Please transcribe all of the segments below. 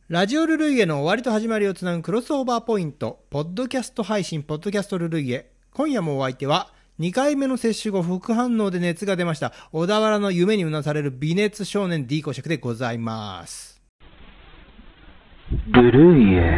ラジオルルイエの終わりと始まりをつなぐクロスオーバーポイント、ポッドキャスト配信、ポッドキャストルルイエ。今夜もお相手は、2回目の接種後副反応で熱が出ました、小田原の夢にうなされる微熱少年 D 公爵でございます。 ルルイエ。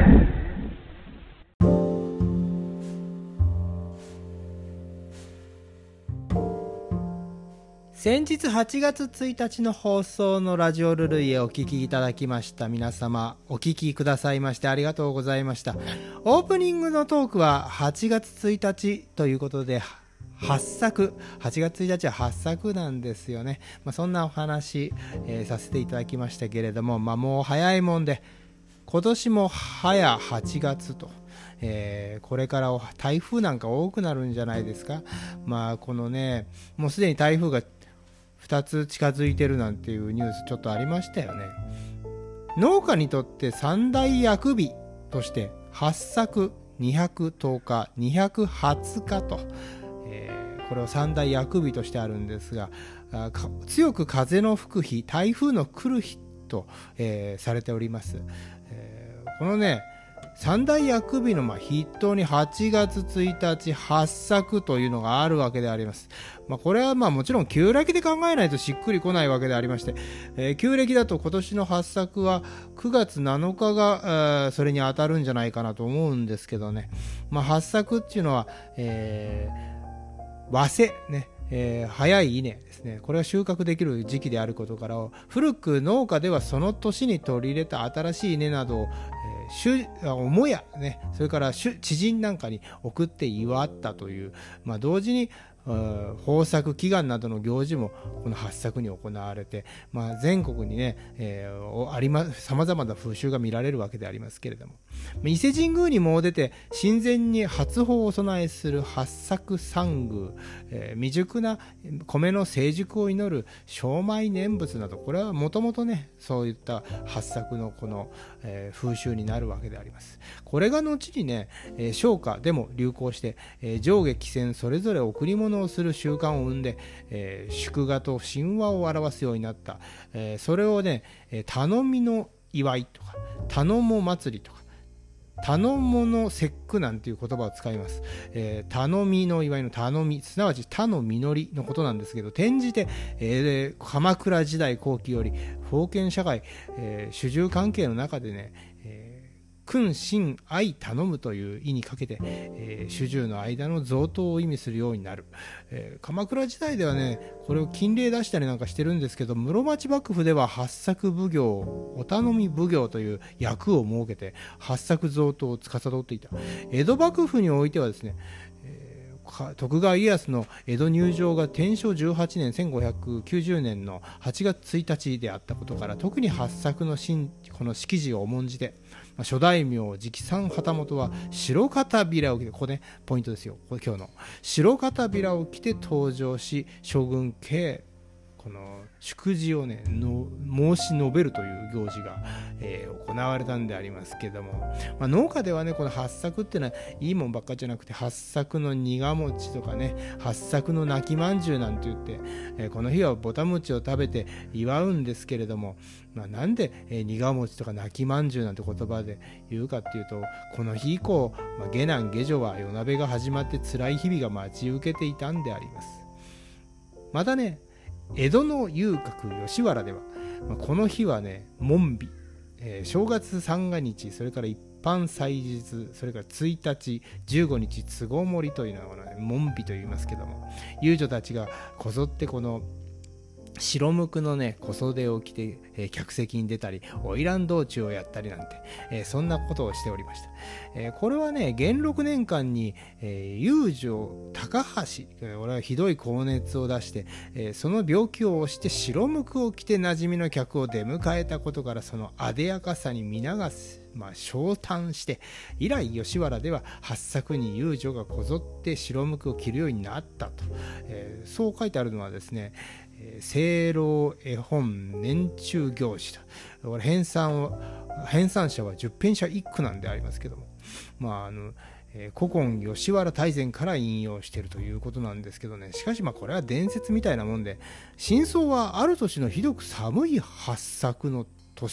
先日8月1日の放送のラジオルルイエをお聞きいただきました皆様、お聞きくださいましてありがとうございました。オープニングのトークは8月1日ということで8月1日は8作なんですよね。そんなお話、させていただきましたけれども、もう早いもんで今年も早8月と、これから台風なんか多くなるんじゃないですか。このね、もうすでに台風が2つ近づいてるなんていうニュースちょっとありましたよね。農家にとって三大薬日として8作210日220日と、これを三大薬日としてあるんですが、強く風の吹く日、台風の来る日と、されております。このね三大薬日の筆頭に8月1日8作というのがあるわけであります。これはもちろん旧暦で考えないとしっくりこないわけでありまして、旧暦だと今年の8作は9月7日が、それに当たるんじゃないかなと思うんですけどね。8作っていうのは、早生ね、早い稲ですね。これは収穫できる時期であることから、古く農家ではその年に取り入れた新しい稲などを、母屋ね、それから知人なんかに送って祝ったという、同時に豊作祈願などの行事もこの8作に行われて、全国にね、様々な風習が見られるわけでありますけれども、伊勢神宮に詣でて神前に初穂をお供えする八作三宮、未熟な米の成熟を祈る精米念仏など、これはもともとねそういった八作のこの、風習になるわけであります。これが後にね、商家でも流行して、上下貴船それぞれ贈り物をする習慣を生んで、祝賀と神話を表すようになった、それをね、頼みの祝いとか頼も祭りとか頼もの節句なんていう言葉を使います。頼みの祝いの頼み、すなわち他の実りのことなんですけど、転じて、鎌倉時代後期より封建社会、主従関係の中でね、君臣愛頼むという意にかけて、主従の間の贈答を意味するようになる。鎌倉時代ではねこれを禁令出したりなんかしてるんですけど、室町幕府では八作奉行、お頼み奉行という役を設けて八作贈答を司っていた。江戸幕府においてはですね、徳川家康の江戸入城が天正18年1590年の8月1日であったことから、特に八作のこの式辞を重んじて、諸大名直参旗本は白肩びらを着て、ここねポイントですよ、これ今日の白肩びらを着て登場し、将軍家この祝辞をね申し述べるという行事が、行われたんでありますけども、農家ではねこの八作っていうのはいいもんばっかじゃなくて、八作の苦餅とかね、八作の泣きまんじゅうなんて言って、この日はぼた餅を食べて祝うんですけれども、なんで、苦餅とか泣きまんじゅうなんて言葉で言うかっていうと、この日以降、下男下女は夜鍋が始まって辛い日々が待ち受けていたんであります。またね、江戸の遊郭吉原では、この日はね紋日、正月三が日、それから一般祭日、それから1日15日都合盛というのは、紋日と言いますけども、遊女たちがこぞってこの白むくのね小袖を着て、客席に出たり花魁道中をやったりなんて、そんなことをしておりました。これはね元禄年間に、遊女高橋、俺はひどい高熱を出して、その病気を押して白むくを着て馴染みの客を出迎えたことから、そのあでやかさに皆が昇嘆して、以来吉原では八作に遊女がこぞって白むくを着るようになったと、そう書いてあるのはですね、青老絵本年中行事と、編纂者は十編者一句なんでありますけども、古今吉原大全から引用しているということなんですけどね。しかしこれは伝説みたいなもんで、真相はある年のひどく寒い八作の年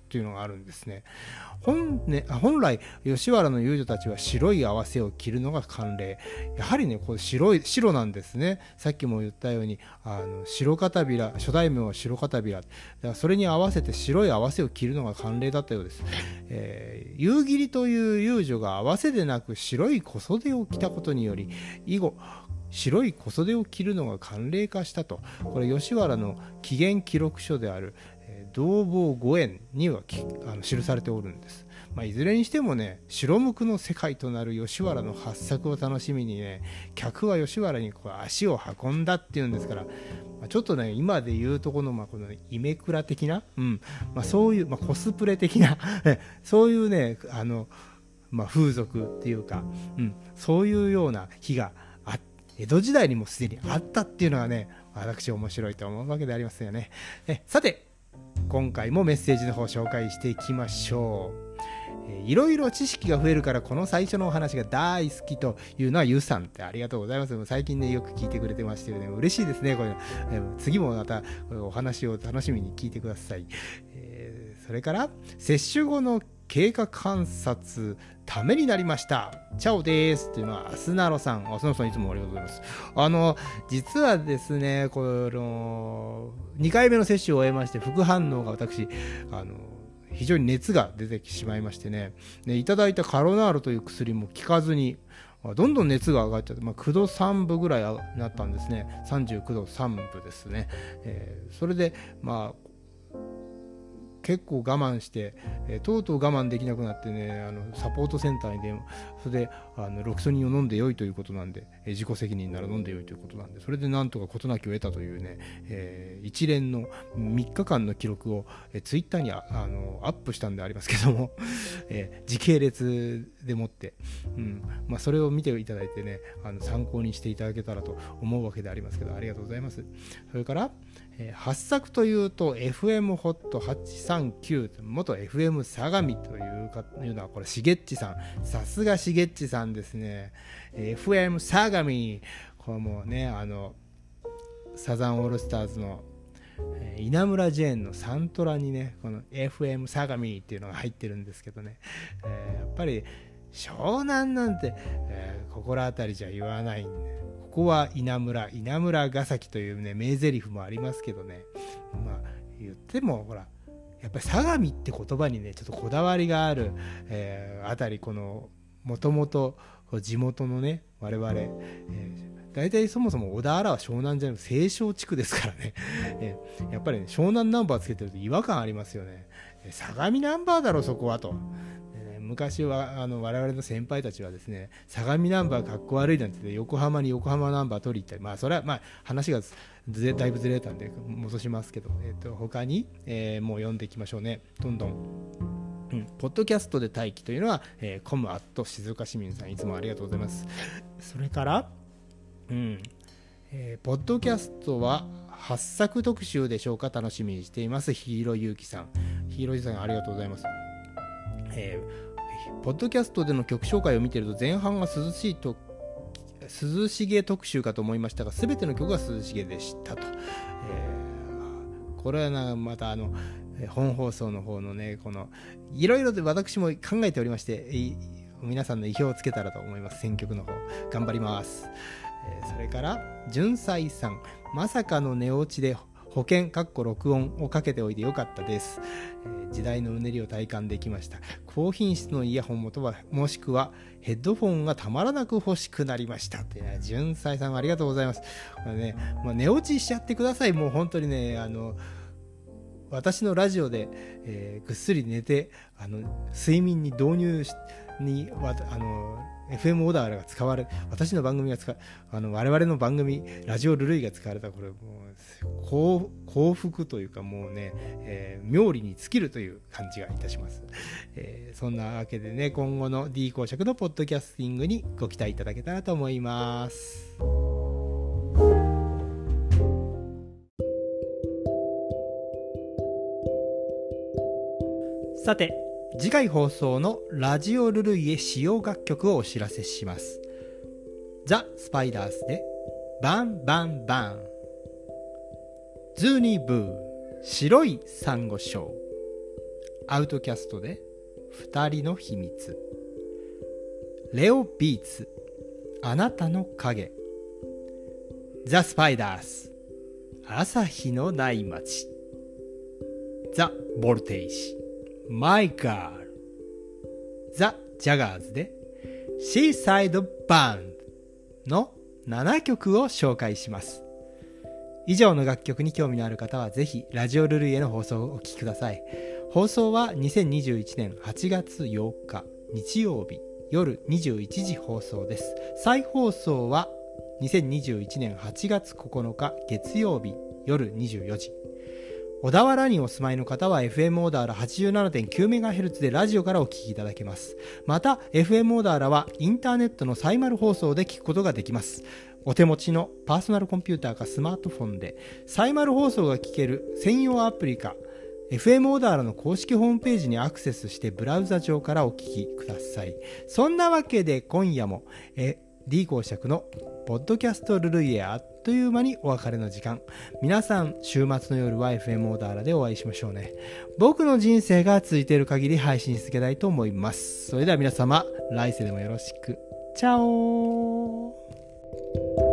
っていうのがあるんですね。本来吉原の遊女たちは白い合わせを着るのが慣例。やはりねこれ白なんですね。さっきも言ったように白片びら、初代名は白片びらだからそれに合わせて白い合わせを着るのが慣例だったようです。夕霧という遊女が合わせでなく白い小袖を着たことにより以後白い小袖を着るのが慣例化したと。これ吉原の起源記録書である同房五円には記されておるんです。いずれにしてもね白無垢の世界となる吉原の発作を楽しみにね客は吉原に足を運んだっていうんですから、ちょっとね今でいうとこのこのイメクラ的な、そういう、コスプレ的なそういうね風俗っていうか、そういうような日が江戸時代にもすでにあったっていうのがね私面白いと思うわけでありますよね。さて今回もメッセージの方紹介していきましょう。いろいろ知識が増えるからこの最初のお話が大好きというのはゆさんってありがとうございます。最近ねよく聞いてくれてましてね嬉しいですねこれ。次もまたお話を楽しみに聞いてください。それから接種後の経過観察ためになりましたチャオですっていうのはアスナロさんいつもありがとうございます。実はですねこの2回目の接種を終えまして副反応が私非常に熱が出てしまいましてね、いただいたカロナールという薬も効かずにどんどん熱が上がっちゃって、9度3分ぐらいになったんですね。39度3分ですね。それで結構我慢して、とうとう我慢できなくなってねサポートセンターに電話、それでロキソニンを飲んでよいということなんで、自己責任なら飲んでよいということなんで、それでなんとか事なきを得たというね、一連の3日間の記録を、ツイッターにアップしたんでありますけども、時系列でもって、それを見ていただいてね参考にしていただけたらと思うわけでありますけど、ありがとうございます。それから発作というと FM ホット839元 FM 相模というのはこれしげっちさん、さすがしげっちさんですね。 FM 相模、これもねサザンオールスターズの稲村ジェーンのサントラにねこの FM 相模っていうのが入ってるんですけどね、やっぱり湘南なんて、心当たりじゃ言わないんで、ここは稲村ヶ崎というね名台詞もありますけどね、言ってもほらやっぱり相模って言葉にねちょっとこだわりがある、あたりこのもともと地元のね我々、大体そもそも小田原は湘南じゃなくて西湘地区ですからね、やっぱり、ね、湘南ナンバーつけてると違和感ありますよね。相模ナンバーだろそこはと。昔は我々の先輩たちはですね相模ナンバーかっこ悪いなんて言って横浜に横浜ナンバー取り行ったり、それは話がだいぶずれたんで戻しますけど、他に、もう読んでいきましょうね。どんどん、ポッドキャストで待機というのは、コムアット静岡市民さんいつもありがとうございます。それから、ポッドキャストは8作特集でしょうか、楽しみにしています。ヒーローゆうきさんありがとうございます。ポッドキャストでの曲紹介を見ていると前半が涼しげ特集かと思いましたが全ての曲が涼しげでしたと。これはまた本放送の方のねこのいろいろと私も考えておりまして、皆さんの意表をつけたらと思います。選曲の方頑張ります。それから純才さん、まさかの寝落ちで保険録音をかけておいてよかったです。時代のうねりを体感できました。高品質のイヤホンもしくはヘッドフォンがたまらなく欲しくなりましたってね、純才さんありがとうございます。これね、寝落ちしちゃってください。もう本当にね私のラジオで、ぐっすり寝て睡眠に導入にFM オーダーが使われ、私の番組が我々の番組ラジオルルイが使われた、これもう幸福というかもうね、妙利に尽きるという感じがいたします。そんなわけでね今後の D 公爵のポッドキャスティングにご期待いただけたらと思います。さて次回放送のラジオルルイエ使用楽曲をお知らせします。ザ・スパイダースでバンバンバン、ズーニーブー白いサンゴ礁、 アウトキャストで二人の秘密、レオビーツあなたの影、ザ・スパイダース朝日のない街、ザ・ボルテージマイガール、ザ・ジャガーズでシーサイドバンドの7曲を紹介します。以上の楽曲に興味のある方はぜひラジオルルイエの放送をお聞きください。放送は2021年8月8日日曜日夜21時放送です。再放送は2021年8月9日月曜日夜24時。小田原にお住まいの方は FM オーダーラ 87.9MHz でラジオからお聞きいただけます。また FM オーダーラはインターネットのサイマル放送で聞くことができます。お手持ちのパーソナルコンピューターかスマートフォンでサイマル放送が聞ける専用アプリか FM オーダーラの公式ホームページにアクセスしてブラウザ上からお聞きください。そんなわけで今夜もD 公爵のポッドキャストルルイエあっという間にお別れの時間。皆さん週末の夜は FM オーダーラでお会いしましょうね。僕の人生が続いている限り配信し続けたいと思います。それでは皆様来世でもよろしく。チャオー。